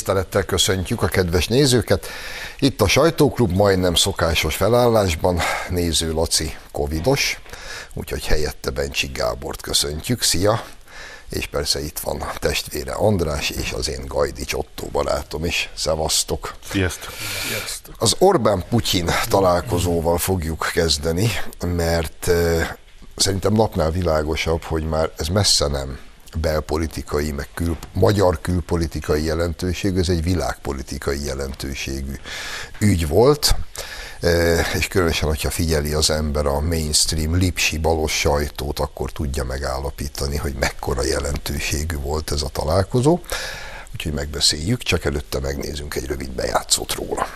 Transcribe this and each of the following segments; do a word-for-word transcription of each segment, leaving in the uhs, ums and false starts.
Tisztelettel köszöntjük a kedves nézőket. Itt a Sajtóklub majdnem szokásos felállásban. Néző Laci covidos, úgyhogy helyette Bencsik Gábort köszöntjük. Szia! És persze itt van a testvére András, és az én Gajdics Ottó barátom is. Szevasztok! Sziasztok! Az Orbán-Putyin találkozóval fogjuk kezdeni, mert uh, szerintem napnál világosabb, hogy már ez messze nem belpolitikai, meg kül, magyar külpolitikai jelentőségű, ez egy világpolitikai jelentőségű ügy volt, és különösen, hogyha figyeli az ember a mainstream lipsi balos sajtót, akkor tudja megállapítani, hogy mekkora jelentőségű volt ez a találkozó. Úgyhogy megbeszéljük, csak előtte megnézzünk egy rövid bejátszót róla.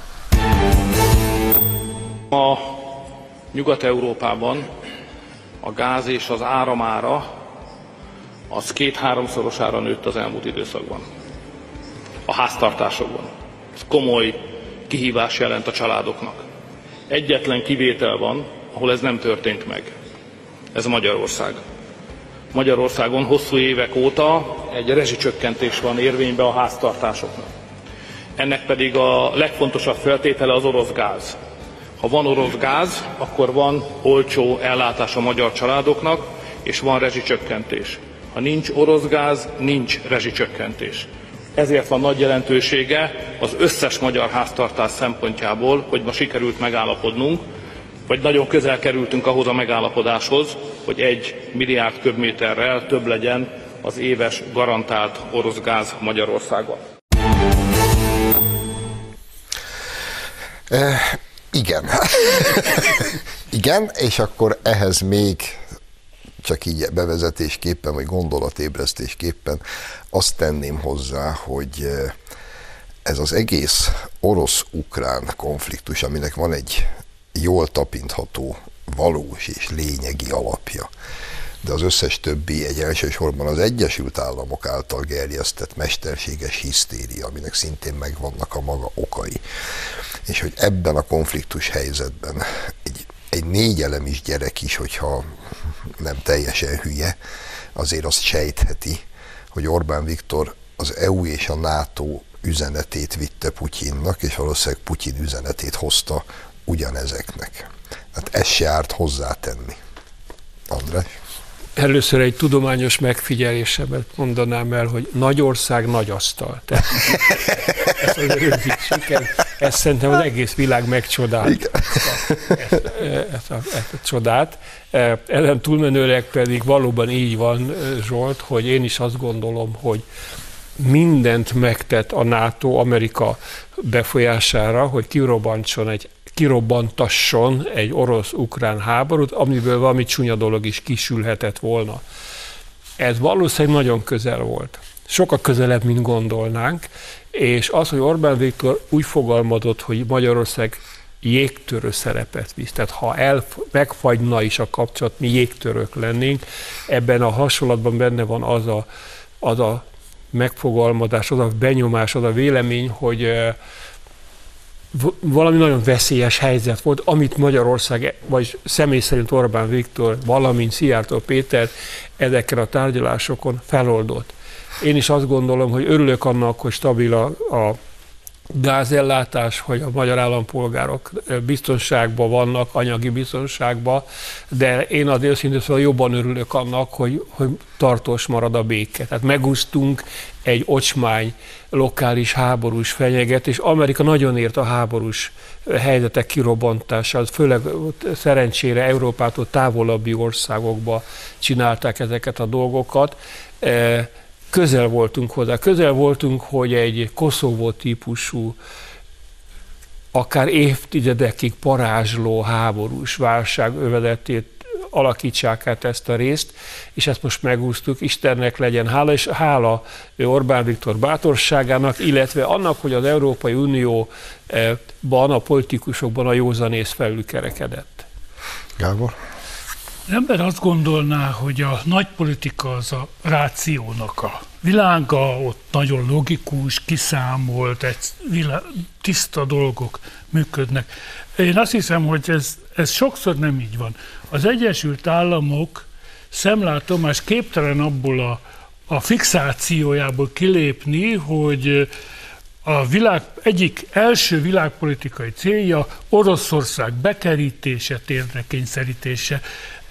A Nyugat-Európában a gáz és az áramára az két-háromszorosára nőtt az elmúlt időszakban. A háztartásokban. Ez komoly kihívás jelent a családoknak. Egyetlen kivétel van, ahol ez nem történt meg. Ez Magyarország. Magyarországon hosszú évek óta egy rezsicsökkentés van érvényben a háztartásoknak. Ennek pedig a legfontosabb feltétele az orosz gáz. Ha van orosz gáz, akkor van olcsó ellátás a magyar családoknak, és van rezsicsökkentés. Ha nincs orosz gáz, nincs rezsicsökkentés. Ezért van nagy jelentősége az összes magyar háztartás szempontjából, hogy ma sikerült megállapodnunk, vagy nagyon közel kerültünk ahhoz a megállapodáshoz, hogy egy milliárd köbméterrel több legyen az éves garantált orosz gáz Magyarországon. E, igen. Igen, és akkor ehhez még csak így bevezetésképpen, vagy gondolatébresztésképpen azt tenném hozzá, hogy ez az egész orosz-ukrán konfliktus, aminek van egy jól tapintható, valós és lényegi alapja, de az összes többi egy elsősorban az Egyesült Államok által gerjesztett mesterséges hisztéria, aminek szintén megvannak a maga okai. És hogy ebben a konfliktus helyzetben egy, egy négyelemis gyerek is, hogyha nem teljesen hülye, azért azt sejtheti, hogy Orbán Viktor az é u és a NATO üzenetét vitte Putyinnak, és valószínűleg Putyin üzenetét hozta ugyanezeknek. Hát ezt se árt hozzátenni. András? Először egy tudományos megfigyelésemet mondanám el, hogy nagy ország, nagy asztal. Tehát ezt rögzítsük el. Ezt szerintem az egész világ megcsodált. Ezt, ezt, a, ezt a csodát. Ezen túlmenőleg pedig valóban így van, Zsolt, hogy én is azt gondolom, hogy mindent megtett a NATO Amerika befolyására, hogy kirobbantson egy kirobbantasson egy orosz-ukrán háborút, amiből valami csúnya dolog is kisülhetett volna. Ez valószínűleg nagyon közel volt. Sokkal közelebb, mint gondolnánk, és az, hogy Orbán Viktor úgy fogalmazott, hogy Magyarország jégtörő szerepet visz, tehát ha el, megfagyna is a kapcsolat, mi jégtörők lennénk, ebben a hasonlatban benne van az a, az a megfogalmazás, az a benyomás, az a vélemény, hogy valami nagyon veszélyes helyzet volt, amit Magyarország, vagy személy szerint Orbán Viktor, valamint Szijjártó Péter ezeken a tárgyalásokon feloldott. Én is azt gondolom, hogy örülök annak, hogy stabil a, a gázellátás, hogy a magyar állampolgárok biztonságban vannak, anyagi biztonságban, de én azért őszintén szóval jobban örülök annak, hogy, hogy tartós marad a béke. Tehát megúsztunk egy ocsmány, lokális háborús fenyeget, és Amerika nagyon ért a háborús helyzetek kirobbantását, főleg szerencsére Európától távolabbi országokba csinálták ezeket a dolgokat. Közel voltunk hozzá. Közel voltunk, hogy egy Koszovó típusú, akár évtizedekig parázsló háborús válság övezetét alakítsák át ezt a részt, és ezt most megúsztuk. Istennek legyen hála, és hála Orbán Viktor bátorságának, illetve annak, hogy az Európai Unióban, a politikusokban a józanész felülkerekedett. Gábor? Az ember azt gondolná, hogy a nagy politika az a rációnak a világa, ott nagyon logikus, kiszámolt, egy világ, tiszta dolgok működnek. Én azt hiszem, hogy ez, ez sokszor nem így van. Az Egyesült Államok szemlátomás képtelen abból a, a fixációjából kilépni, hogy a világ, egyik első világpolitikai célja Oroszország bekerítése, térdre kényszerítése.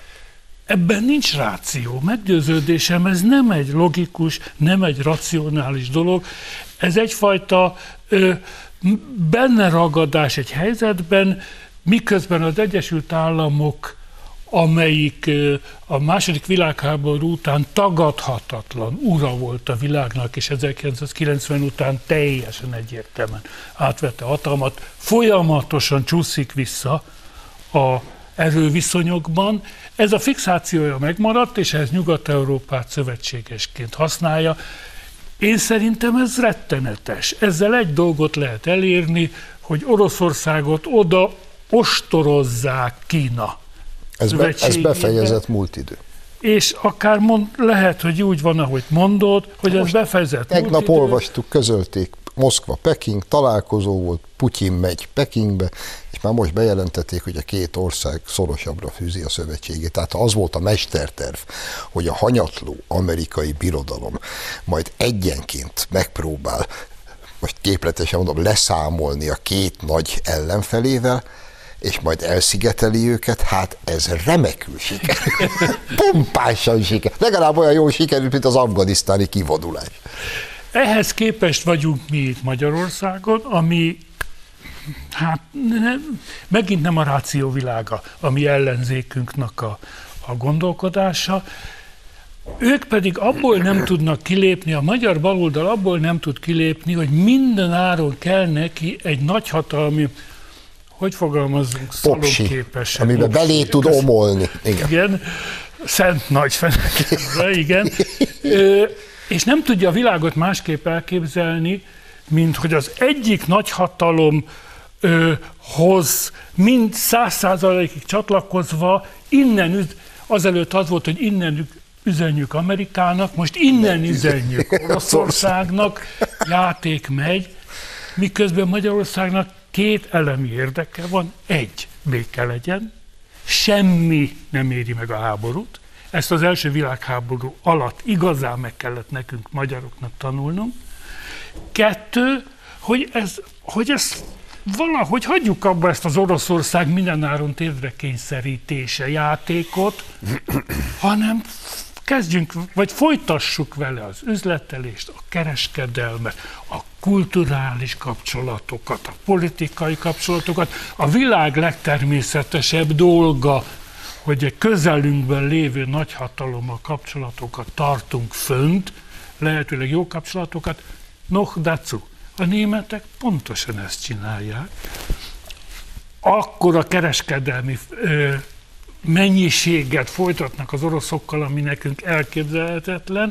Ebben nincs ráció. Meggyőződésem, ez nem egy logikus, nem egy racionális dolog. Ez egyfajta ö, benne ragadás egy helyzetben, miközben az Egyesült Államok, amelyik a második világháború után tagadhatatlan ura volt a világnak, és ezerkilencszázkilencven után teljesen egyértelműen átvette hatalmat, folyamatosan csúszik vissza a erőviszonyokban. Ez a fixációja megmaradt, és ez Nyugat-Európát szövetségesként használja. Én szerintem ez rettenetes. Ezzel egy dolgot lehet elérni, hogy Oroszországot oda ostorozzák Kína. Ez, be, ez befejezett múlt idő. És akár mond, lehet, hogy úgy van, ahogy mondod, hogy most ez befejezett múlt tegnap idő. olvastuk, közölték, Moszkva-Peking találkozó volt, Putyin megy Pekingbe, és már most bejelentették, hogy a két ország szorosabbra fűzi a szövetségét. Tehát az volt a mesterterv, hogy a hanyatló amerikai birodalom majd egyenként megpróbál, most képletesen mondom, leszámolni a két nagy ellenfelével, és majd elszigeteli őket, hát ez remekül sikerült. Pompásan sikerült. Legalább olyan jól sikerült, mint az afganisztáni kivonulás. Ehhez képest vagyunk mi itt Magyarországon, ami hát nem, megint nem a ráció világa, ami ellenzékünknek a, a gondolkodása. Ők pedig abból nem tudnak kilépni, a magyar baloldal abból nem tud kilépni, hogy minden áron kell neki egy nagyhatalmi, hogy fogalmazzunk, szalonképesen. Amiben popsi, belé tud omolni. Igen. Igen, szent nagy fenekembe, igen. Ö, és nem tudja a világot másképp elképzelni, mint hogy az egyik nagyhatalomhoz mind száz százalékig csatlakozva innen, üz, azelőtt az volt, hogy innen üzenjük Amerikának, most innen üzenjük Oroszországnak, játék megy, miközben Magyarországnak két elemi érdeke van, egy, béke legyen, semmi nem éri meg a háborút, ezt az első világháború alatt igazán meg kellett nekünk, magyaroknak tanulnunk. Kettő, hogy ez, hogy ez valahogy hagyjuk abba ezt az Oroszország mindenáron térdre kényszerítése játékot, hanem kezdjünk, vagy folytassuk vele az üzletelést, a kereskedelmet, a kulturális kapcsolatokat, a politikai kapcsolatokat. A világ legtermészetesebb dolga, hogy egy közelünkben lévő nagyhatalommal kapcsolatokat tartunk fönt, lehetőleg jó kapcsolatokat. Noch dazu. A németek pontosan ezt csinálják. Akkor a kereskedelmi ö, mennyiséget folytatnak az oroszokkal, ami nekünk elképzelhetetlen.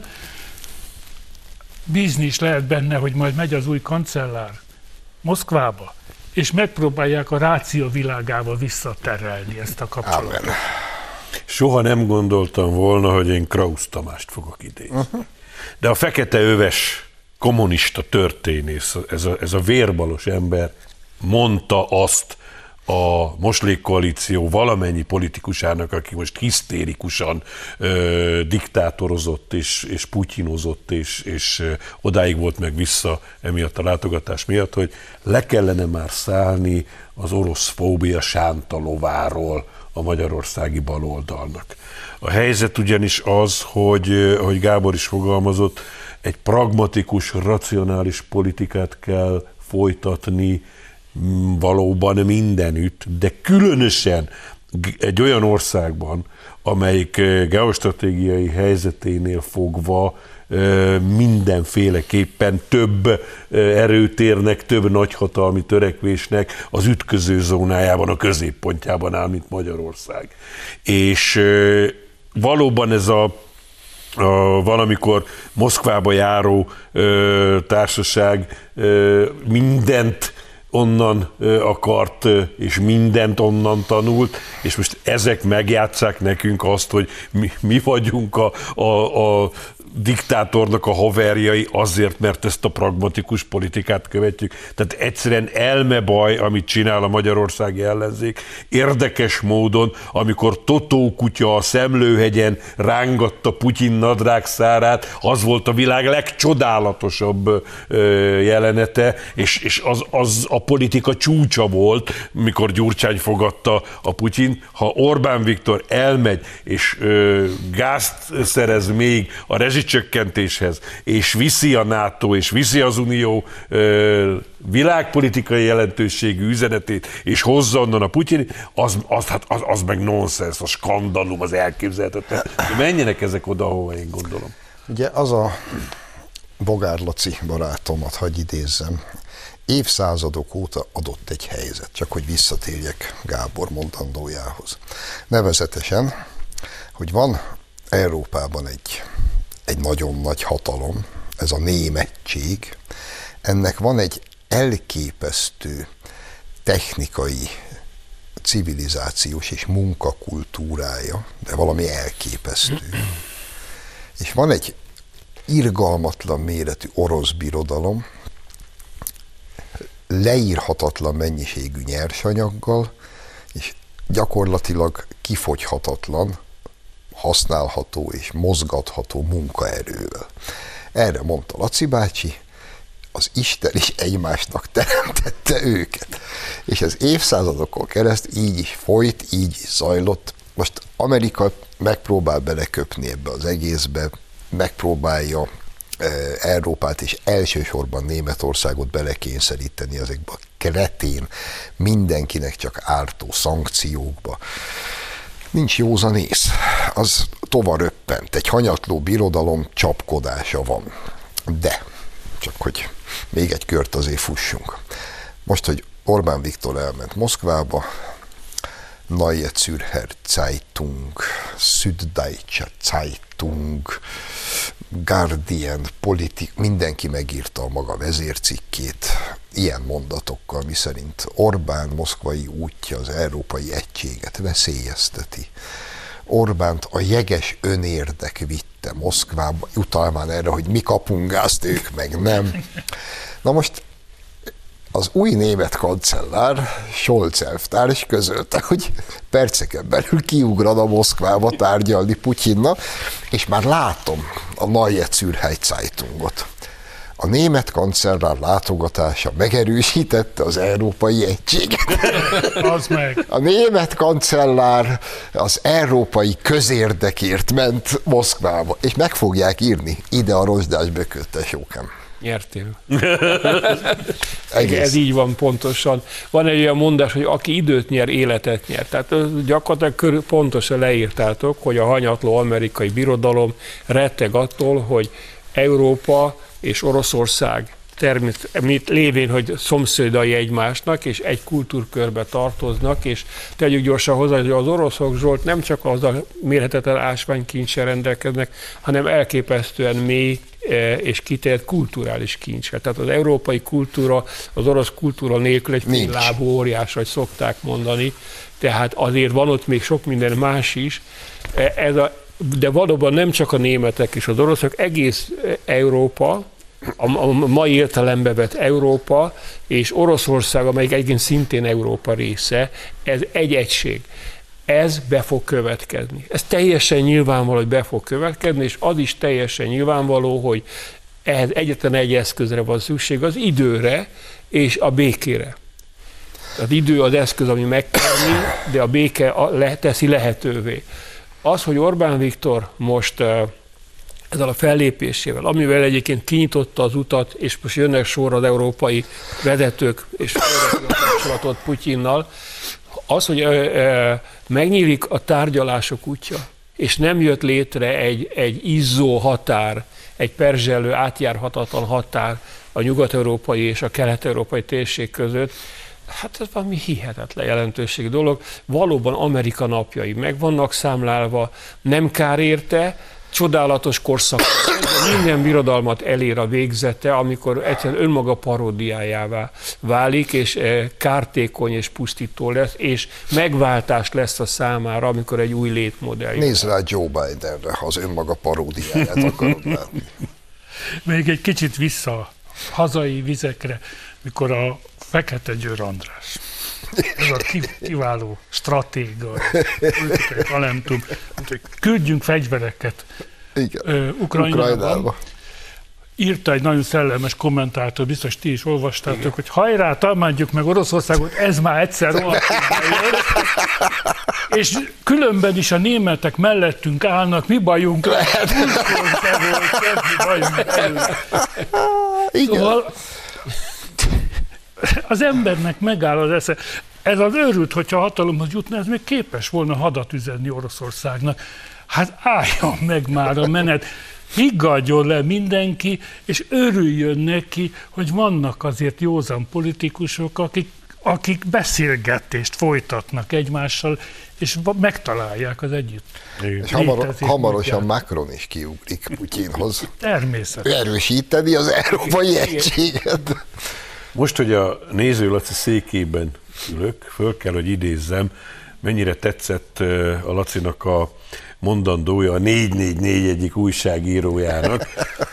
Bízni is lehet benne, hogy majd megy az új kancellár Moszkvába, és megpróbálják a ráció világába visszaterelni ezt a kapcsolatot. Amen. Soha nem gondoltam volna, hogy én Krausz Tamást fogok idézni. Uh-huh. De a fekete öves kommunista történész, ez a, ez a vérbalos ember mondta azt a Moslék-koalíció valamennyi politikusának, aki most hisztérikusan ö, diktátorozott és, és putyinozott, és, és ö, odáig volt meg vissza emiatt a látogatás miatt, hogy le kellene már szállni az orosz fóbia sántalováról a magyarországi baloldalnak. A helyzet ugyanis az, hogy, hogy Gábor is fogalmazott, egy pragmatikus, racionális politikát kell folytatni valóban mindenütt, de különösen egy olyan országban, amelyik geostratégiai helyzeténél fogva mindenféleképpen több erőtérnek, több nagyhatalmi törekvésnek az ütköző zónájában, a középpontjában áll, mint Magyarország. És valóban ez a, a valamikor Moszkvába járó ö, társaság ö, mindent onnan akart, és mindent onnan tanult, és most ezek megjátsszák nekünk azt, hogy mi, mi vagyunk a, a, a diktátornak a haverjai azért, mert ezt a pragmatikus politikát követjük. Tehát egyszerűen elmebaj, amit csinál a magyarországi ellenzék. Érdekes módon, amikor Totó kutya a Szemlőhegyen rángatta Putyin nadrágszárát, az volt a világ legcsodálatosabb jelenete, és, és az, az a politika csúcsa volt, mikor Gyurcsány fogadta a Putyin. Ha Orbán Viktor elmegy, és ö, gázt szerez még a rezsicsökkentéshez, és viszi a NATO, és viszi az Unió ö, világpolitikai jelentőségű üzenetét, és hozza onnan a Putyin, az, az, hát az, az meg nonsens, a skandalum, az elképzelhetetlen. Menjenek ezek oda, ahova én gondolom. Ugye az a Bogár Laci barátomat, hadd idézzem, évszázadok óta adott egy helyzet, csak hogy visszatérjek Gábor mondandójához. Nevezetesen, hogy van Európában egy, egy nagyon nagy hatalom, ez a németség, ennek van egy elképesztő technikai, civilizációs és munkakultúrája, de valami elképesztő. És van egy irgalmatlan méretű orosz birodalom, leírhatatlan mennyiségű nyersanyaggal, és gyakorlatilag kifogyhatatlan, használható és mozgatható munkaerővel. Erre mondta Laci bácsi, az Isten is egymásnak teremtette őket. És az évszázadokon kereszt így is folyt, így is zajlott. Most Amerika megpróbál beleköpni ebbe az egészbe, megpróbálja Európát és elsősorban Németországot belekényszeríteni ezekbe a kretén, mindenkinek csak ártó szankciókba. Nincs józanész, az tovaröppent, egy hanyatló birodalom csapkodása van. De, csak hogy még egy kört azért fussunk. Most, hogy Orbán Viktor elment Moszkvába, Neue Zürcher Zeitung, Süddeutsche Zeitung, Guardian, Politik, mindenki megírta a maga vezércikkét ilyen mondatokkal, miszerint Orbán moszkvai útja az európai egységet veszélyezteti. Orbánt a jeges önérdek vitte Moszkvába, utalván erre, hogy mi kapunk gázt, ők meg nem. Na most az új német kancellár, Scholz elvtárs közölte, hogy perceken belül kiugran a Moszkvába tárgyalni Putyinnal, és már látom a Neue Zürcher Zeitungot. A német kancellár látogatása megerősítette az európai egységet. Az meg. A német kancellár az európai közérdekért ment Moszkvába, és meg fogják írni ide a rozsdás bököttes jókem. Nyertél. Ez így van pontosan. Van egy olyan mondás, hogy aki időt nyer, életet nyer. Tehát gyakorlatilag pontosan leírtátok, hogy a hanyatló amerikai birodalom retteg attól, hogy Európa és Oroszország természetesen lévén, hogy szomszédai egymásnak, és egy kultúrkörbe tartoznak, és tegyük gyorsan hozzá, hogy az oroszok, Zsolt, nem csak az a mérhetetlen ásványkincsel rendelkeznek, hanem elképesztően mély és kitért kulturális kincsel. Tehát az európai kultúra, az orosz kultúra nélkül egy féllábú óriás, hogy szokták mondani, tehát azért van ott még sok minden más is. Ez a, de valóban nem csak a németek és az oroszok, egész Európa, a, a mai értelembe vett Európa és Oroszország, amelyik egyébként szintén Európa része, ez egy egység. Ez be fog következni. Ez teljesen nyilvánvaló, hogy be fog következni, és az is teljesen nyilvánvaló, hogy ehhez egyetlen egy eszközre van szükség, az időre és a békére. Az idő az eszköz, ami meg kell, de a béke teszi lehetővé. Az, hogy Orbán Viktor most ezzel a fellépésével, amivel egyébként kinyitotta az utat, és most jönnek sorra az európai vezetők, és felveszik a kapcsolatot Putyinnal, az, hogy ö, ö, megnyílik a tárgyalások útja, és nem jött létre egy, egy izzó határ, egy perzselő, átjárhatatlan határ a nyugat-európai és a kelet-európai térség között, hát ez valami hihetetlen jelentőségű dolog. Valóban Amerika napjai meg vannak számlálva, nem kár érte, csodálatos korszak, minden birodalmat elér a végzete, amikor egyszerűen önmaga paródiájává válik, és kártékony és pusztító lesz, és megváltás lesz a számára, amikor egy új létmodell. Nézd rá Joe Bidenre, az önmaga paródiáját akarod látni. Még egy kicsit vissza hazai vizekre, mikor a Fekete Győr András, ez a kiváló stratéga, politikai talentum, hogy küldjünk fegyvereket Igen. Ukrajnába. Ukrajnába. Írta egy nagyon szellemes kommentátor, biztos ti is olvastátok, igen, hogy hajrá, támadjuk meg Oroszországot, ez már egyszer rohadtul bejön. És különben is a németek mellettünk állnak, mi bajunk lehet, mi bajunk szóval az embernek megáll az esze. Ez az őrült, hogyha hatalomhoz jutna, ez még képes volna hadat üzenni Oroszországnak. Hát álljon meg már a menet, higgadjon le mindenki, és örüljön neki, hogy vannak azért józan politikusok, akik, akik beszélgetést folytatnak egymással, és megtalálják az együtt. És hamar, hamarosan Macron is kiugrik Putyinhoz. Természetesen. Erősíteni az európai egységet. Most, hogy a Néző Laci székében ülök, föl kell, hogy idézzem, mennyire tetszett a Lacinak a mondandója a négy négy négy egyik újságírójának,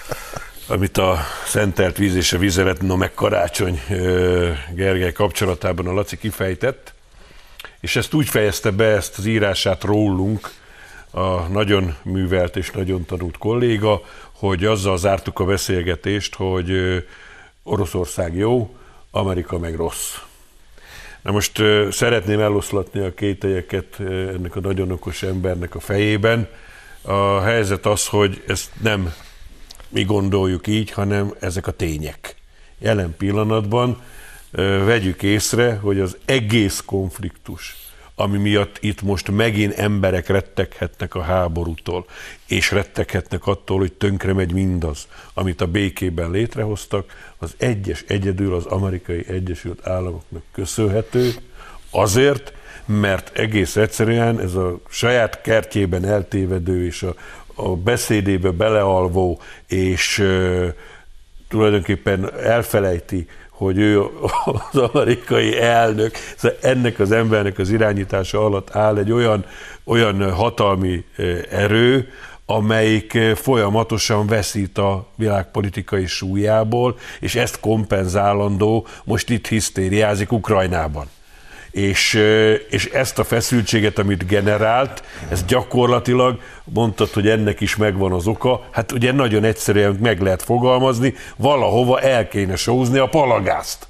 amit a Szentelt Víz és a Vizelet, no meg Karácsony Gergely kapcsolatában a Laci kifejtett, és ezt úgy fejezte be, ezt az írását rólunk, a nagyon művelt és nagyon tanult kolléga, hogy azzal zártuk a beszélgetést, hogy Oroszország jó, Amerika meg rossz. Na most uh, szeretném eloszlatni a kételyeket uh, ennek a nagyon okos embernek a fejében. A helyzet az, hogy ezt nem mi gondoljuk így, hanem ezek a tények. Jelen pillanatban uh, vegyük észre, hogy az egész konfliktus, ami miatt itt most megint emberek retteghetnek a háborútól, és retteghetnek attól, hogy tönkre megy mindaz, amit a békében létrehoztak, az egyes egyedül az Amerikai Egyesült Államoknak köszönhető, azért, mert egész egyszerűen ez a saját kertjében eltévedő és a, a beszédébe belealvó, és uh, tulajdonképpen elfelejti, hogy ő az amerikai elnök, ennek az embernek az irányítása alatt áll egy olyan, olyan hatalmi erő, amelyik folyamatosan veszít a világpolitikai súlyából, és ezt kompenzálandó most itt hisztériázik Ukrajnában. És, és ezt a feszültséget, amit generált, ez gyakorlatilag, mondtad, hogy ennek is megvan az oka, hát ugye nagyon egyszerűen meg lehet fogalmazni, valahova el kéne sózni a palagázt.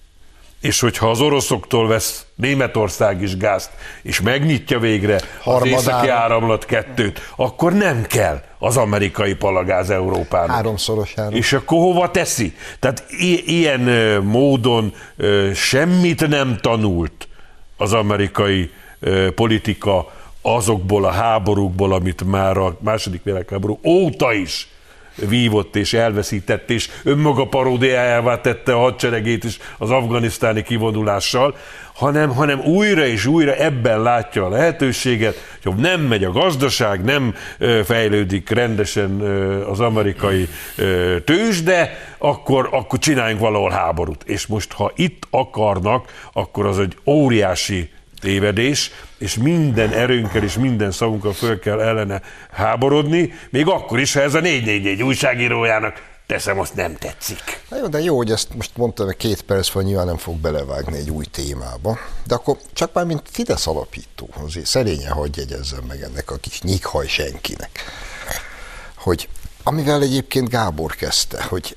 És hogyha az oroszoktól vesz Németország is gázt, és megnyitja végre az északi áramlat kettőt, akkor nem kell az amerikai palagáz Európának. Háromszorosára. És akkor hova teszi? Tehát i- ilyen módon ö, semmit nem tanult az amerikai ö, politika azokból a háborúkból, amit már a második világháború óta is vívott és elveszített, és önmaga paródiájává tette a hadseregét is az afganisztáni kivonulással, hanem, hanem újra és újra ebben látja a lehetőséget, hogy nem megy a gazdaság, nem fejlődik rendesen az amerikai tőzsde, akkor, akkor csináljunk valahol háborút. És most, ha itt akarnak, akkor az egy óriási tévedés, és minden erőnkkel és minden szavunkkal föl kell ellene háborodni, még akkor is, ha ez a négy négy négy újságírójának, teszem, azt nem tetszik. Na jó, de jó, hogy ezt most mondtam, hogy két perc van, nyilván nem fog belevágni egy új témába, de akkor csak már mint Fidesz alapító, azért szerényen hadd jegyezzem meg ennek a kis nyíkhaj senkinek, hogy amivel egyébként Gábor kezdte, hogy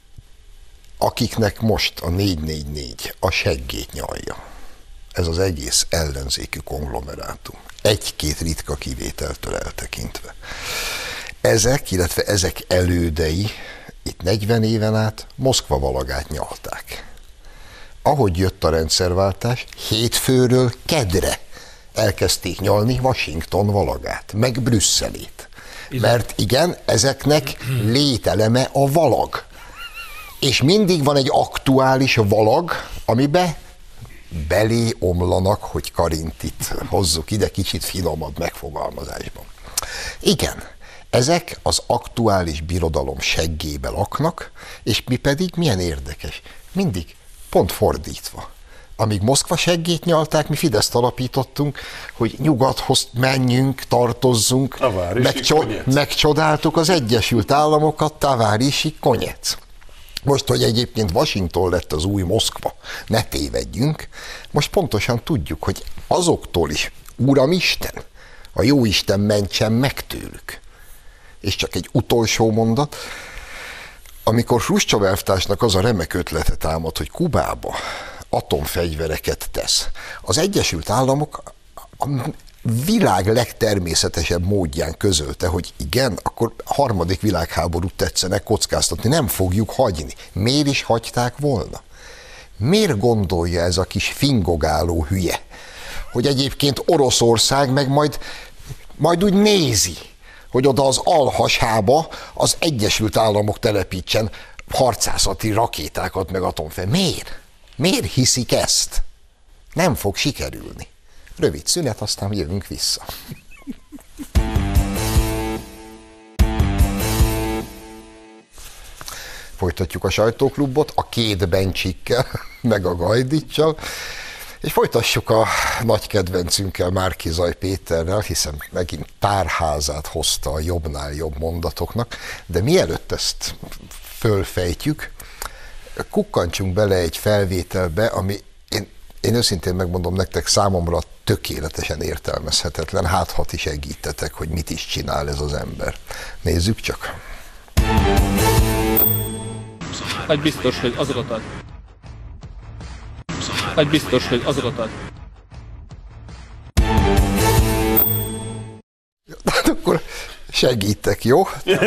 akiknek most a négy négy négy a seggét nyalja, ez az egész ellenzékű konglomerátum, egy-két ritka kivételtől eltekintve. Ezek, illetve ezek elődei itt negyven éven át Moszkva valagát nyalták. Ahogy jött a rendszerváltás, hétfőről kedre elkezdték nyalni Washington valagát, meg Brüsszelét. Mert igen, ezeknek lételeme a valag. És mindig van egy aktuális valag, amiben belé omlanak, hogy Karintit hozzuk ide kicsit finomabb megfogalmazásban. Igen, Ezek az aktuális birodalom seggébe laknak, és mi pedig milyen érdekes, mindig pont fordítva. Amíg Moszkva seggét nyalták, mi Fideszt alapítottunk, hogy nyugathoz menjünk, tartozzunk, megcso- megcsodáltuk az Egyesült Államokat, tavárisi konyec. Most, hogy egyébként Washington lett az új Moszkva, ne tévedjünk, most pontosan tudjuk, hogy azoktól is, Uramisten, a Jóisten mentsen meg tőlük. És csak egy utolsó mondat, amikor Hruscsov elvtársnak az a remek ötlete támad, hogy Kubába atomfegyvereket tesz, az Egyesült Államok a világ legtermészetesebb módján közölte, hogy igen, akkor a harmadik világháborút tetszene kockáztatni, nem fogjuk hagyni. Miért is hagyták volna? Miért gondolja ez a kis fingogáló hülye, hogy egyébként Oroszország meg majd, majd úgy nézi, hogy oda az Alhasába az Egyesült Államok telepítsen harcászati rakétákat meg atomfegyver. Miért? Miért hiszik ezt? Nem fog sikerülni. Rövid szünet, aztán jövünk vissza. Folytatjuk a sajtóklubot a két Bencsikkel, meg a Gajdicsal, és folytassuk a nagy kedvencünkkel, Márki-Zay Péterrel, hiszen megint tárházát hozta a jobbnál jobb mondatoknak, de mielőtt ezt fölfejtjük, kukkantsunk bele egy felvételbe, ami én, én őszintén megmondom nektek, számomra tökéletesen értelmezhetetlen, hát ha ti segítetek, hogy mit is csinál ez az ember. Nézzük csak. Egy biztos, hogy azokat ad. Egy biztos, hogy azokat ad. Hát akkor segítek, jó?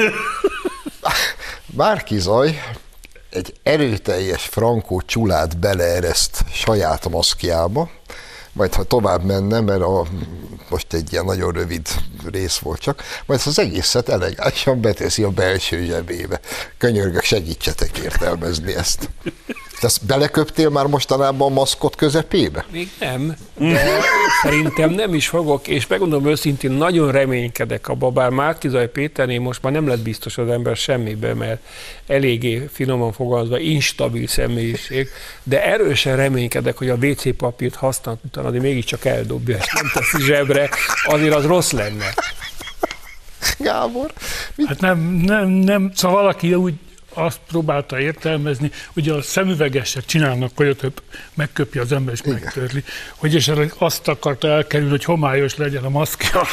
Márki-Zay egy erőteljes frankó csulát beleereszt saját maszkjába, majd ha tovább menne, mert a, most egy ilyen nagyon rövid rész volt csak, majd az egészet elegánsan beteszi a belső zsebébe. Könyörgök, segítsetek értelmezni ezt. Te ezt beleköptél már mostanában a maszkot közepébe? Még nem, de szerintem nem is fogok, és megmondom őszintén, nagyon reménykedek abba, bár Márki-Zay Péternél most már nem lett biztos az ember semmibe, mert eléggé finoman fogalmazva instabil személyiség, de erősen reménykedek, hogy a vé cé papírt használt utána, de mégiscsak eldobja, és nem teszi zsebre, azért az rossz lenne. Gábor? Mit? Hát nem, nem, nem, szóval valaki úgy azt próbálta értelmezni, hogy a szemüvegesek csinálnak olyat, hogy megköpje az ember és igen, megtörli, hogy és azt akarta elkerülni, hogy homályos legyen a maszkja.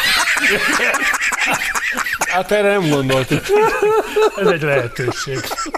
Hát erre nem gondoltuk. Ez egy lehetőség.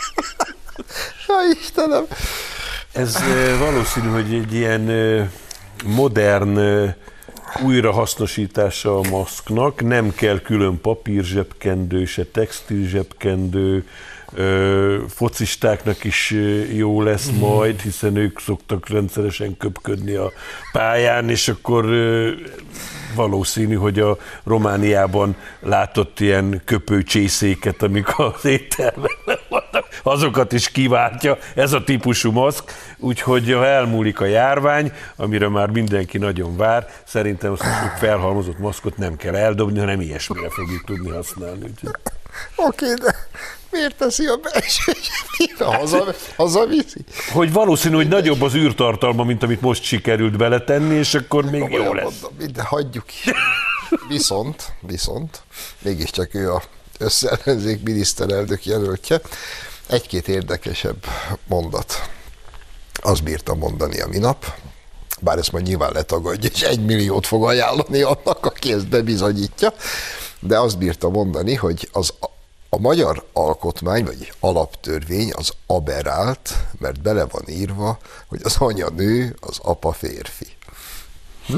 Ja, Istenem! Ez valószínű, hogy egy ilyen modern újrahasznosítása a maszknak, nem kell külön papírzsebkendő, se textilzsebkendő, Ö, focistáknak is jó lesz majd, hiszen ők szoktak rendszeresen köpködni a pályán, és akkor ö, valószínű, hogy a Romániában látott ilyen köpőcsészéket, amik az éttermekben vannak, azokat is kiváltja ez a típusú maszk, úgyhogy ha elmúlik a járvány, amire már mindenki nagyon vár, szerintem azt a felhalmozott maszkot nem kell eldobni, hanem ilyesmire fogjuk tudni használni. Úgyhogy... Oké, okay, de miért teszi a belső zsebére? Haza, hazaviszi? Hogy valószínű, hogy nagyobb az űrtartalma, mint amit most sikerült beletenni, és akkor még jó lesz. Mondom, de hagyjuk is. Viszont, viszont, mégiscsak ő a összeellenzék miniszterelnök jelöltje. Egy-két érdekesebb mondat. Azt bírtam mondani a minap, bár ezt majd nyilván letagadja, és egy milliót fog ajánlani annak, aki ezt bebizonyítja, de azt bírta mondani, hogy az a magyar alkotmány, vagy alaptörvény az aberrált, mert bele van írva, hogy az anya nő, az apa férfi. Hm?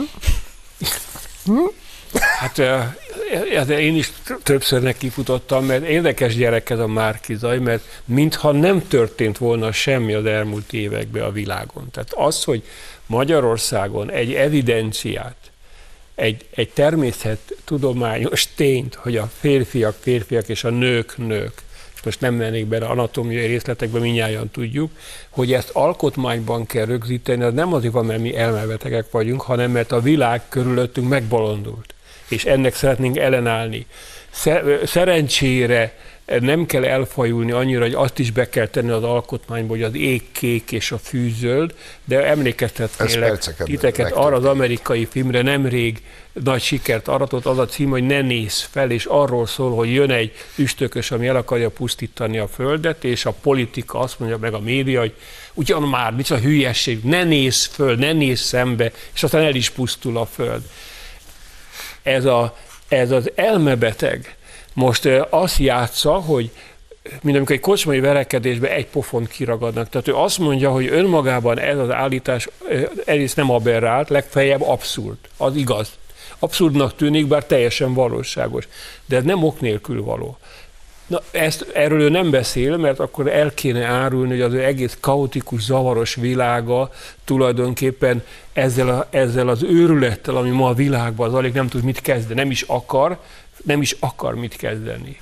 Hm? Hát én is többször nekifutottam, mert érdekes gyerek ez a Márki-Zay, mert mintha nem történt volna semmi az elmúlt években a világon. Tehát az, hogy Magyarországon egy evidenciát, Egy, egy természettudományos tényt, hogy a férfiak férfiak és a nők nők, és most nem mennék bele anatómiai részletekbe, mindnyájan tudjuk, hogy ezt alkotmányban kell rögzíteni, az nem azért van, mert mi elmebetegek vagyunk, hanem mert a világ körülöttünk megbolondult, és ennek szeretnénk ellenállni. Szerencsére nem kell elfajulni annyira, hogy azt is be kell tenni az alkotmányba, hogy az ég kék és a fű zöld, de emlékeztetnélek titeket arra az amerikai filmre, nemrég nagy sikert aratott, az a cím, hogy Ne nézz fel, és arról szól, hogy jön egy üstökös, ami el akarja pusztítani a földet, és a politika azt mondja meg a média, hogy ugyan már, micsoda hülyesség, ne nézz föl, ne nézz szembe, és aztán el is pusztul a föld. Ez, a, ez az elmebeteg most azt játsza, hogy mint amikor egy kocsmai verekedésben egy pofont kiragadnak. Tehát ő azt mondja, hogy önmagában ez az állítás egyrészt nem aberrált, legfeljebb abszurd. Az igaz. Abszurdnak tűnik, bár teljesen valóságos. De ez nem ok nélkül való. Na, ezt, erről ő nem beszél, mert akkor el kéne árulni, hogy az ő egész kaotikus, zavaros világa tulajdonképpen ezzel, a, ezzel az őrülettel, ami ma a világban az alig nem tud mit kezdeni, nem is akar, nem is akar mit kezdeni.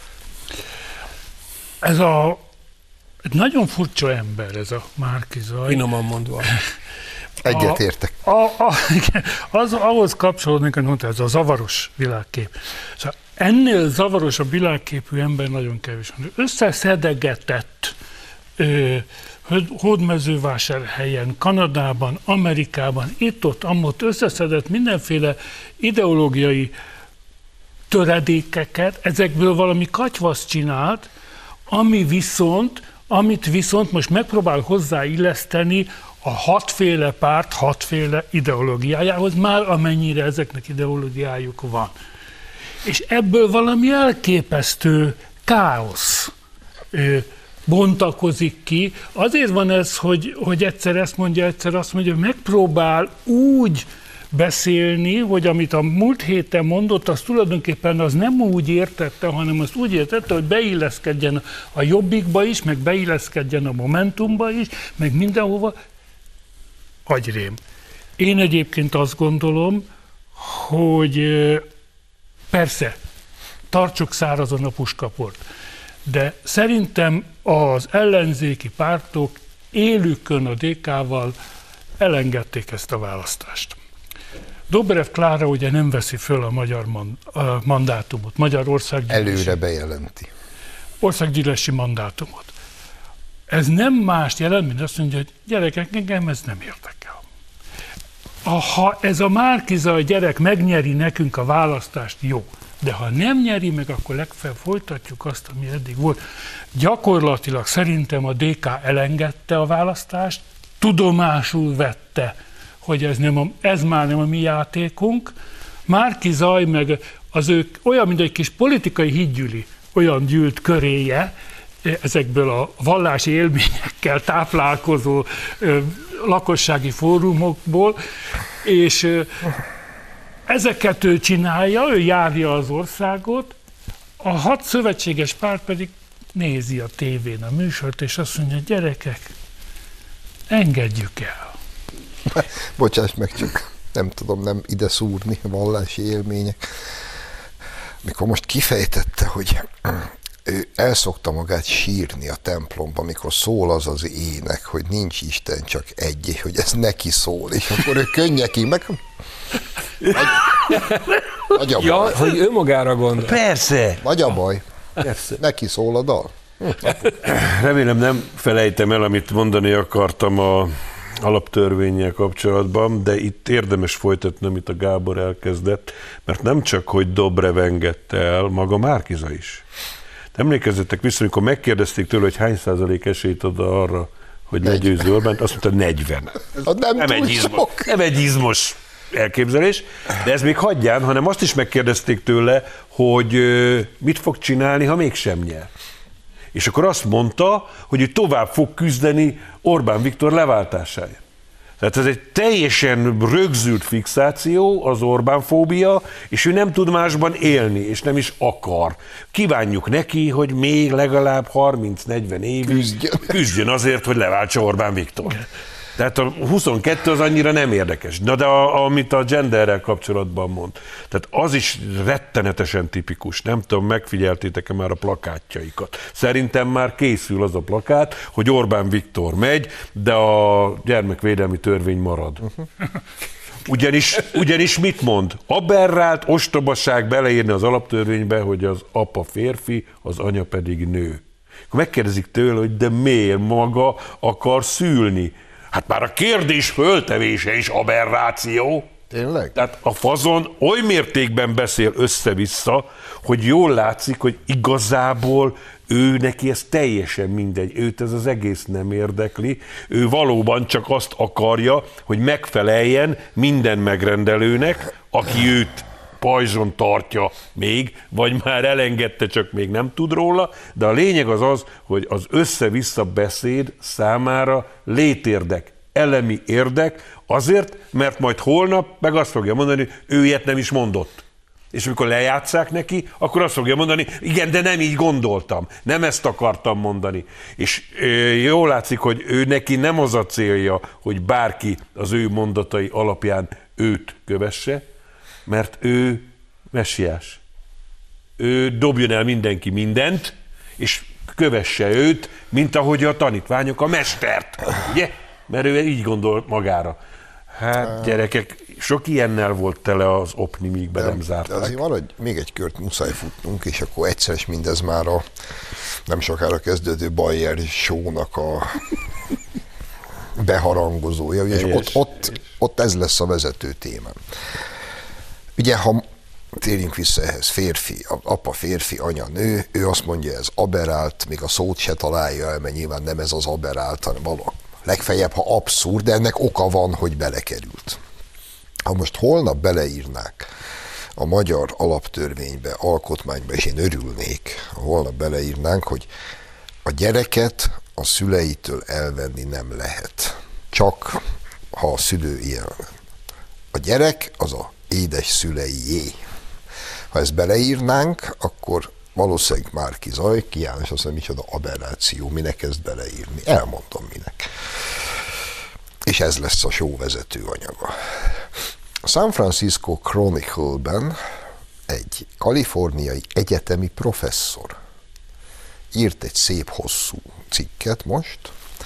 Ez a egy nagyon furcsa ember, ez a Márki-Zay. Finoman mondva. Egyetértek. A, a, a, az, ahhoz kapcsolódnék, hogy mondta, ez a zavaros világkép. Szóval ennél zavarosabb világképű ember nagyon kevés. Összeszedegetett ö, Hódmezővásárhelyen, Kanadában, Amerikában, itt-ott, amott összeszedett mindenféle ideológiai töredékeket, ezekből valami katyvaszt csinált, ami viszont, amit viszont most megpróbál hozzáilleszteni a hatféle párt hatféle ideológiájához, már amennyire ezeknek ideológiájuk van. És ebből valami elképesztő káosz ö, bontakozik ki. Azért van ez, hogy, hogy egyszer ezt mondja, egyszer azt mondja, hogy megpróbál úgy beszélni, hogy amit a múlt héten mondott, az tulajdonképpen az nem úgy értette, hanem azt úgy értette, hogy beilleszkedjen a Jobbikba is, meg beilleszkedjen a Momentumba is, meg mindenhova. Agyrém. Én egyébként azt gondolom, hogy persze, tartsuk szárazon a puskaport, de szerintem az ellenzéki pártok élükön a dé ká-val elengedték ezt a választást. Dobrev Klára ugye nem veszi föl a magyar mandátumot, magyar országgyűlési. Előre bejelenti. Országgyűlési mandátumot. Ez nem mást jelent, mint azt mondja, hogy gyerekek, engem ez nem érdekel. Ha ez a Márki-Zay gyerek megnyeri nekünk a választást, jó. De ha nem nyeri meg, akkor legfeljebb folytatjuk azt, ami eddig volt. Gyakorlatilag szerintem a dé ká elengedte a választást, tudomásul vette, hogy ez, nem a, ez már nem a mi játékunk. Márki-Zay meg az ők olyan, mint egy kis politikai hídgyűli, olyan gyűlt köréje, ezekből a vallási élményekkel táplálkozó ö, lakossági fórumokból, és ö, ezeket ő csinálja, ő járja az országot, a hat szövetséges párt pedig nézi a tévén a műsort, és azt mondja, gyerekek, engedjük el. Bocsáss meg, csak nem tudom nem ide szúrni vallási élmények. Mikor most kifejtette, hogy ő elszokta magát sírni a templomban, amikor szól az az ének, hogy nincs Isten, csak egy, hogy ez neki szól, és akkor ő könnyekig meg... Nagy, nagy a baj. Ja, hogy ő magára gondol. Persze. Nagy a baj. Persze. Neki szól a dal. Remélem nem felejtem el, amit mondani akartam a alaptörvénnyel kapcsolatban, de itt érdemes folytatni, amit a Gábor elkezdett, mert nem csak, hogy Dobrev engedte el, maga Márki-Zay is. Emlékezzetek vissza, amikor megkérdezték tőle, hogy hány százalék esélyt ad arra, hogy legyőző Orbánt, azt mondta negyven. Nem, nem, egy izmos, nem egy izmos elképzelés, de ez még hagyján, hanem azt is megkérdezték tőle, hogy mit fog csinálni, ha mégsem nyer. És akkor azt mondta, hogy ő tovább fog küzdeni Orbán Viktor leváltásáért. Tehát ez egy teljesen rögzült fixáció, az Orbán-fóbia, és ő nem tud másban élni, és nem is akar. Kívánjuk neki, hogy még legalább harminc-negyven évig küzdjön, küzdjön azért, hogy leváltsa Orbán Viktor. Tehát a huszonkettő az annyira nem érdekes. Na de a, amit a genderrel kapcsolatban mond, tehát az is rettenetesen tipikus. Nem tudom, megfigyeltétek-e már a plakátjaikat. Szerintem már készül az a plakát, hogy Orbán Viktor megy, de a gyermekvédelmi törvény marad. Uh-huh. Ugyanis, ugyanis mit mond? Aberrált ostobaság beleírni az alaptörvénybe, hogy az apa férfi, az anya pedig nő. Akkor megkérdezik tőle, hogy de miért maga akar szülni? Hát már a kérdés föltevése is aberráció. Tényleg? Tehát a fazon oly mértékben beszél össze-vissza, hogy jól látszik, hogy igazából ő neki ez teljesen mindegy, őt ez az egész nem érdekli, ő valóban csak azt akarja, hogy megfeleljen minden megrendelőnek, aki őt pajzson tartja még, vagy már elengedte, csak még nem tud róla, de a lényeg az az, hogy az össze-vissza beszéd számára létérdek, elemi érdek, azért, mert majd holnap meg azt fogja mondani, hogy ő ilyet nem is mondott. És amikor lejátsszák neki, akkor azt fogja mondani, igen, de nem így gondoltam, nem ezt akartam mondani. És e, jól látszik, hogy ő neki nem az a célja, hogy bárki az ő mondatai alapján őt kövesse, mert ő messiás. Ő dobjon el mindenki mindent, és kövesse őt, mint ahogy a tanítványok a mestert, ugye? Mert ő így gondol magára. Hát gyerekek, sok ilyennel volt tele az opni, míg be nem zárták. De azért van, hogy még egy kört muszáj futnunk, és akkor egyszer is mindez már a nem sokára kezdődő Bayer show-nak a beharangozója. Ugye, és ott, ott, ott ez lesz a vezető témám. Ugye, ha térjünk vissza ehhez, férfi, apa férfi, anya nő, ő azt mondja, ez aberrált, még a szót se találja el, mert nyilván nem ez az aberrált, hanem való. Legfeljebb, ha abszurd, de ennek oka van, hogy belekerült. Ha most holnap beleírnák a magyar alaptörvénybe, alkotmányba, és én örülnék, ha holnap beleírnánk, hogy a gyereket a szüleitől elvenni nem lehet. Csak ha a szülő ilyen. A gyerek az a édes szüleié. Ha ezt beleírnánk, akkor valószínűleg Márki Zaj, ki János azt mondja, micsoda aberráció, minek ezt beleírni. Elmondom minek. És ez lesz a show vezető anyaga. A San Francisco Chronicle-ben egy kaliforniai egyetemi professzor írt egy szép hosszú cikket most,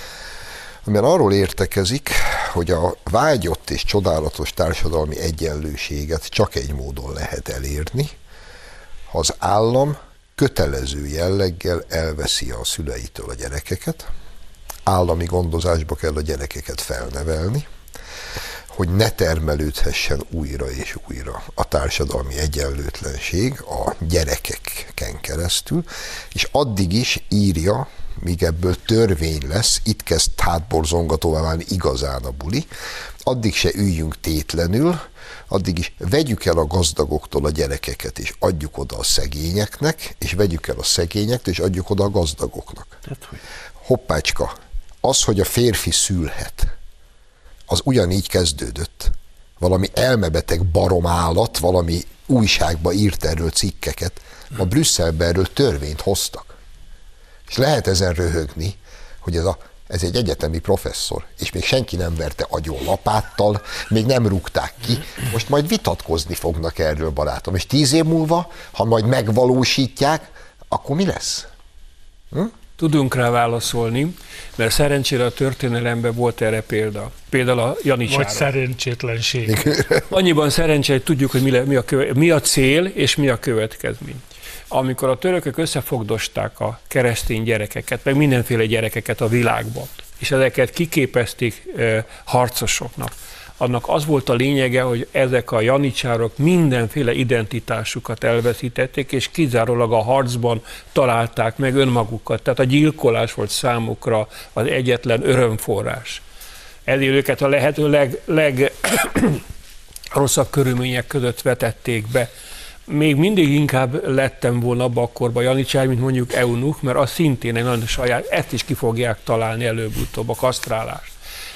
amiben arról értekezik, hogy a vágyott és csodálatos társadalmi egyenlőséget csak egy módon lehet elérni, ha az állam kötelező jelleggel elveszi a szüleitől a gyerekeket, állami gondozásba kell a gyerekeket felnevelni, hogy ne termelődhessen újra és újra a társadalmi egyenlőtlenség a gyerekeken keresztül, és addig is írja, míg ebből törvény lesz, itt kezd hátborzongatóvá válni igazán a buli, addig se üljünk tétlenül, addig is vegyük el a gazdagoktól a gyerekeket, és adjuk oda a szegényeknek, és vegyük el a szegényektől, és adjuk oda a gazdagoknak. Hoppácska, az, hogy a férfi szülhet, az ugyanígy kezdődött. Valami elmebeteg baromállat, valami újságba írt erről cikkeket, ma Brüsszelben erről törvényt hoztak. És lehet ezen röhögni, hogy ez, a, ez egy egyetemi professzor, és még senki nem verte agyon lapáttal, még nem rúgták ki, most majd vitatkozni fognak erről, barátom. És tíz év múlva, ha majd megvalósítják, akkor mi lesz? Hm? Tudunk rá válaszolni, mert szerencsére a történelemben volt erre példa. Például a Janicsára. Vagy szerencsétlenség. Annyiban szerencsé, hogy tudjuk, hogy mi, le, mi, a köve, mi a cél és mi a következmény. Amikor a törökök összefogdosták a keresztény gyerekeket, meg mindenféle gyerekeket a világban, és ezeket kiképezték e, harcosoknak, annak az volt a lényege, hogy ezek a janicsárok mindenféle identitásukat elveszítették, és kizárólag a harcban találták meg önmagukat. Tehát a gyilkolás volt számukra az egyetlen örömforrás. Ezért őket a lehető leg, leg rosszabb körülmények között vetették be. Még mindig inkább lettem volna abba a korban janicsár, mint mondjuk eunuch, mert az szintén egy nagyon saját, ezt is ki fogják találni előbb-utóbb, a kasztrálást.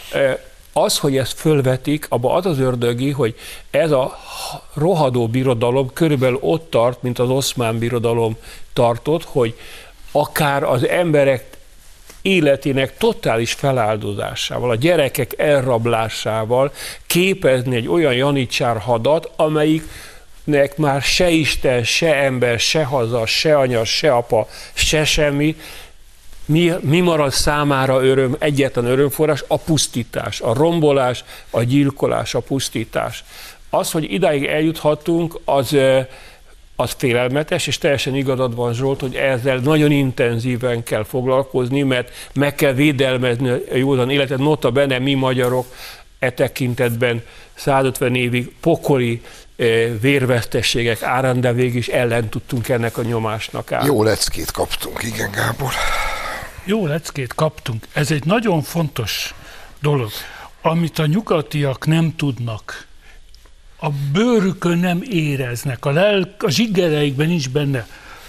Az, hogy ezt fölvetik, abban az az ördögi, hogy ez a rohadó birodalom körülbelül ott tart, mint az oszmán birodalom tartott, hogy akár az emberek életének totális feláldozásával, a gyerekek elrablásával képezni egy olyan janicsár hadat, amelyiknek már se Isten, se ember, se haza, se anya, se apa, se semmi, Mi, mi marad számára öröm, egyetlen örömforrás? A pusztítás, a rombolás, a gyilkolás, a pusztítás. Az, hogy idáig eljuthatunk, az, az félelmetes, és teljesen igazad van, Zsolt, hogy ezzel nagyon intenzíven kell foglalkozni, mert meg kell védelmezni a józan életet. Nota bene mi magyarok e tekintetben százötven évig pokoli vérvesztességek árán, de végig is ellen tudtunk ennek a nyomásnak állni. Jó leckét kaptunk, igen, Gábor. Jó leckét kaptunk. Ez egy nagyon fontos dolog, amit a nyugatiak nem tudnak. A bőrükön nem éreznek, a, lelk, a zsigereikben nincs benne.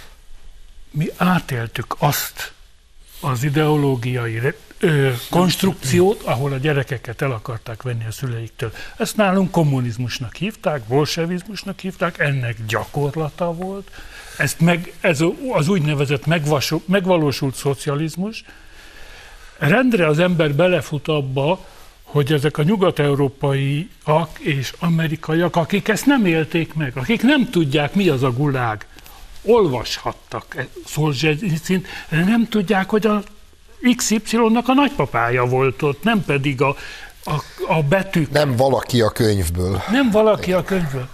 Mi átéltük azt az ideológiai ö, konstrukciót, ahol a gyerekeket el akarták venni a szüleiktől. Ezt nálunk kommunizmusnak hívták, bolsevizmusnak hívták, ennek gyakorlata volt. Ezt meg, ez az úgynevezett megvasult, megvalósult szocializmus. Rendre az ember belefut abba, hogy ezek a nyugat-európaiak és amerikaiak, akik ezt nem élték meg, akik nem tudják, mi az a gulág, olvashattak Szolzsenyicint, de nem tudják, hogy a iksz ipszilonnak a nagypapája volt ott, nem pedig a, a, a betűk. Nem valaki a könyvből. Nem valaki a könyvből.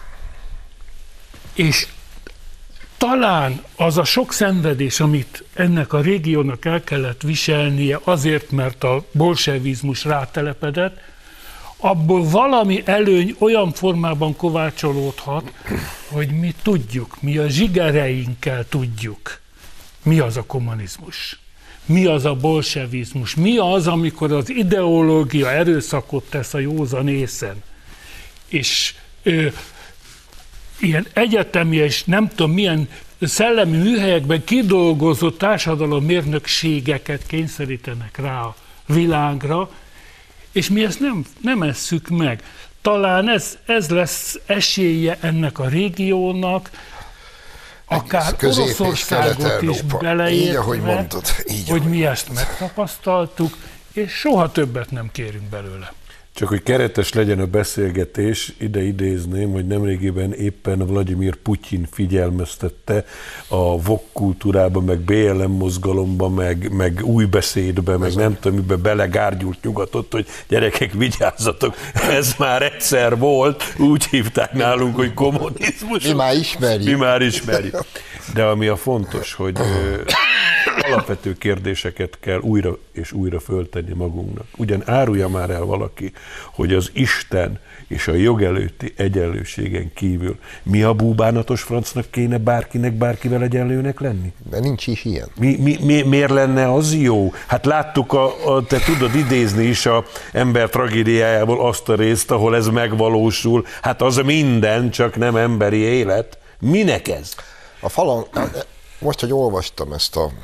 És talán az a sok szenvedés, amit ennek a régiónak el kellett viselnie azért, mert a bolsevizmus rátelepedett, abból valami előny olyan formában kovácsolódhat, hogy mi tudjuk, mi a zsigereinkkel tudjuk, mi az a kommunizmus, mi az a bolsevizmus, mi az, amikor az ideológia erőszakot tesz a józan észen. És ö, ilyen egyetemi és nem tudom milyen szellemi műhelyekben kidolgozott társadalommérnökségeket kényszerítenek rá a világra, és mi ezt nem, nem esszük meg. Talán ez, ez lesz esélye ennek a régiónak, akár Oroszországot is beleértve, így, ahogy mondtad, így, hogy ahogy mi ezt megtapasztaltuk, és soha többet nem kérünk belőle. Csak hogy keretes legyen a beszélgetés, ide idézném, hogy nemrégiben éppen Vladimir Putyin figyelmeztette a vok kultúrában, meg bé el em mozgalomban, meg, meg új beszédbe, meg nem tudom, miben belegárgyult nyugatot, hogy gyerekek, vigyázzatok, ez már egyszer volt, úgy hívták nálunk, hogy kommunizmus. Mi már ismerjük. Mi már ismerjük. De ami a fontos, hogy alapvető kérdéseket kell újra és újra föltenni magunknak. Ugyan árulja már el valaki, hogy az Isten és a jog előtti egyenlőségen kívül mi a búbánatos francnak kéne bárkinek, bárkivel egyenlőnek lenni? De nincs is ilyen. Mi, mi, mi, miért lenne az jó? Hát láttuk, a, a, te tudod idézni is a ember tragédiájából azt a részt, ahol ez megvalósul. Hát az minden, csak nem emberi élet. Minek ez? A falon, most, hogy olvastam ezt a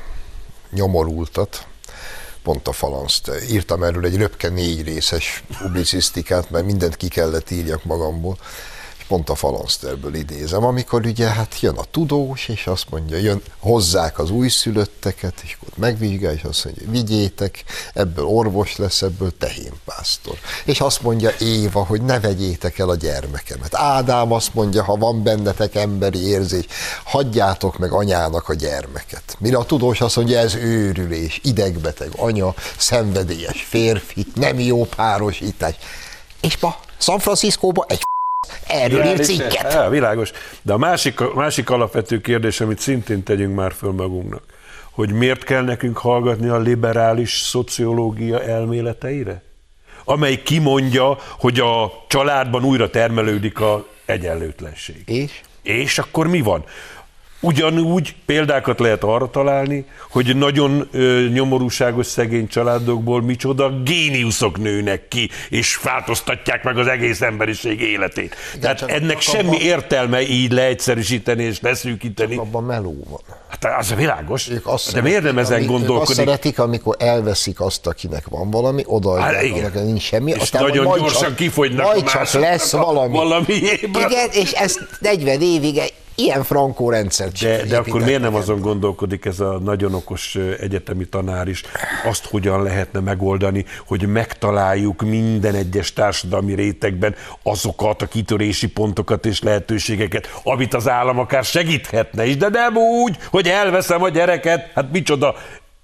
nyomorultat, pont a Falanszt, írtam erről egy röpke négy részes publicisztikát, mert mindent ki kellett írjak magamból, és pont a Falanszterből idézem, amikor ugye hát jön a tudós, és azt mondja, jön, hozzák az újszülötteket, és akkor megvizsgálja, és azt mondja, vigyétek, ebből orvos lesz, ebből tehénpásztor. És azt mondja Éva, hogy ne vegyétek el a gyermekemet. Ádám azt mondja, ha van bennetek emberi érzés, hagyjátok meg anyának a gyermeket. Mire a tudós azt mondja, ez őrülés, idegbeteg anya, szenvedélyes férfi, nem jó párosítás. És ma San Franciscóba egy erről ír cikket. Ja, világos. De a másik, a másik alapvető kérdés, amit szintén tegyünk már föl magunknak, hogy miért kell nekünk hallgatni a liberális szociológia elméleteire? Amely kimondja, hogy a családban újra termelődik az egyenlőtlenség. És? És akkor mi van? Ugyanúgy példákat lehet arra találni, hogy nagyon ö, nyomorúságos szegény családokból micsoda géniuszok nőnek ki, és változtatják meg az egész emberiség életét. Igen, tehát ennek semmi abban, értelme így leegyszerűsíteni és leszűkíteni. Abban meló van. Hát az a világos, ők azt de miért nem ezen gondolkodik? Ők azt szeretik, amikor elveszik azt, akinek van valami, odaadják, annak nincs semmi. És aztán nagyon majd gyorsan csak, kifogynak majd a csak lesz valami. valamiéből. Igen, és ezt negyven évig ilyen frankó rendszert De, de akkor miért nem azon gondolkodik ez a nagyon okos egyetemi tanár is, azt hogyan lehetne megoldani, hogy megtaláljuk minden egyes társadalmi rétegben azokat a kitörési pontokat és lehetőségeket, amit az állam akár segíthetne is, de nem úgy, hogy elveszem a gyereket, hát micsoda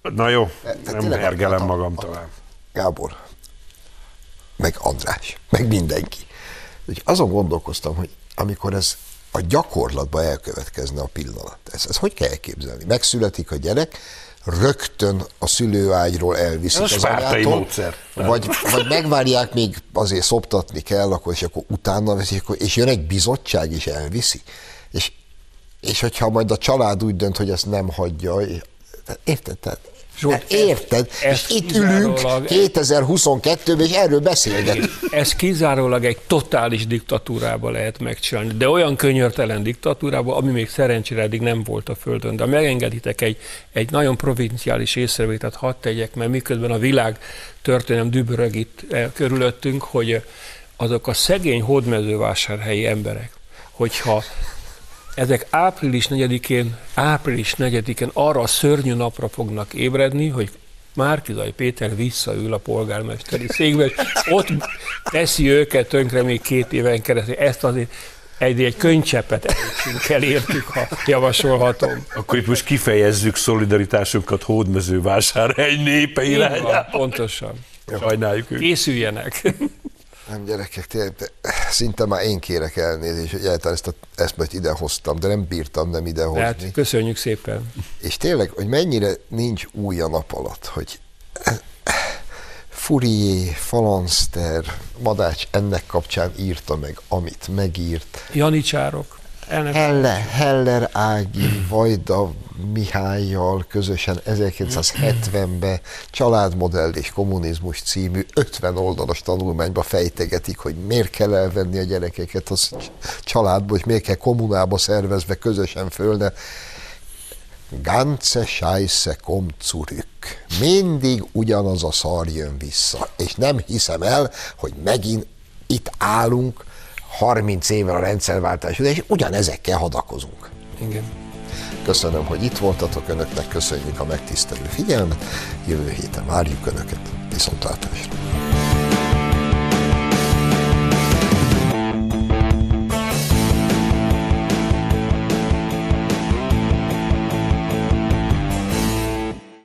Na jó, Tehát nem tényleg hergelem a- magam a- talán. Gábor, meg András, meg mindenki. Úgy azon gondolkoztam, hogy amikor ez a gyakorlatban elkövetkezne a pillanat, ez, ez hogy kell elképzelni? Megszületik a gyerek, rögtön a szülőágyról elviszik Ez a az spártai anyától, módszer. vagy, vagy megvárják, még azért szoptatni kell, akkor, és akkor utána veszik, akkor, és jön egy bizottság, és elviszi. És, és hogyha majd a család úgy dönt, hogy ezt nem hagyja, és, érted? Tehát, Zsolt, érted? ez És itt ülünk kizárólag- kétezer-huszonkettőben, és erről beszélgetünk. Ez kizárólag egy totális diktatúrába lehet megcsinálni, de olyan könyörtelen diktatúrába, ami még szerencsére eddig nem volt a Földön. De megengeditek egy, egy nagyon provinciális észrevételt hadd tegyek, mert miközben a világ történelem dübörög itt eh, körülöttünk, hogy azok a szegény hódmezővásárhelyi emberek, hogyha ezek április negyedikén, április negyedikén arra a szörnyű napra fognak ébredni, hogy Márki-Zay Péter visszaül a polgármesteri székbe, és ott teszi őket tönkre még két éven keresztül. Ezt azért egy, egy könycseppet elütsünk el értük, ha javasolhatom. Akkor itt most kifejezzük szolidaritásunkat Hódmezővásárhely népe Így van, irányába. pontosan. Sajnáljuk őket. Készüljenek. Nem, gyerekek, tényleg, de szinte már én kérek elnézést, hogy egyáltalán ezt a eszmet idehoztam, de nem bírtam nem idehozni. Tehát köszönjük szépen. És tényleg, hogy mennyire nincs új a nap alatt, hogy Fourier, Falanszter, Madács ennek kapcsán írta meg, amit megírt. Janicsárok. Ennek Helle, Heller Ági, Vajda Mihályjal közösen ezerkilencszázhetvenben Családmodell és kommunizmus című ötven oldalas tanulmányba fejtegetik, hogy miért kell elvenni a gyerekeket a családba, és miért kell kommunába szervezve közösen fölne. Ganze Scheisse kommt zurück. Mindig ugyanaz a szar jön vissza. És nem hiszem el, hogy megint itt állunk harminc évvel a rendszerváltás után, és ugyanezekkel hadakozunk. Igen. Köszönöm, hogy itt voltatok, önöknek köszönjük a megtisztelő figyelmet. Jövő héten várjuk önöket. Viszontlátásra!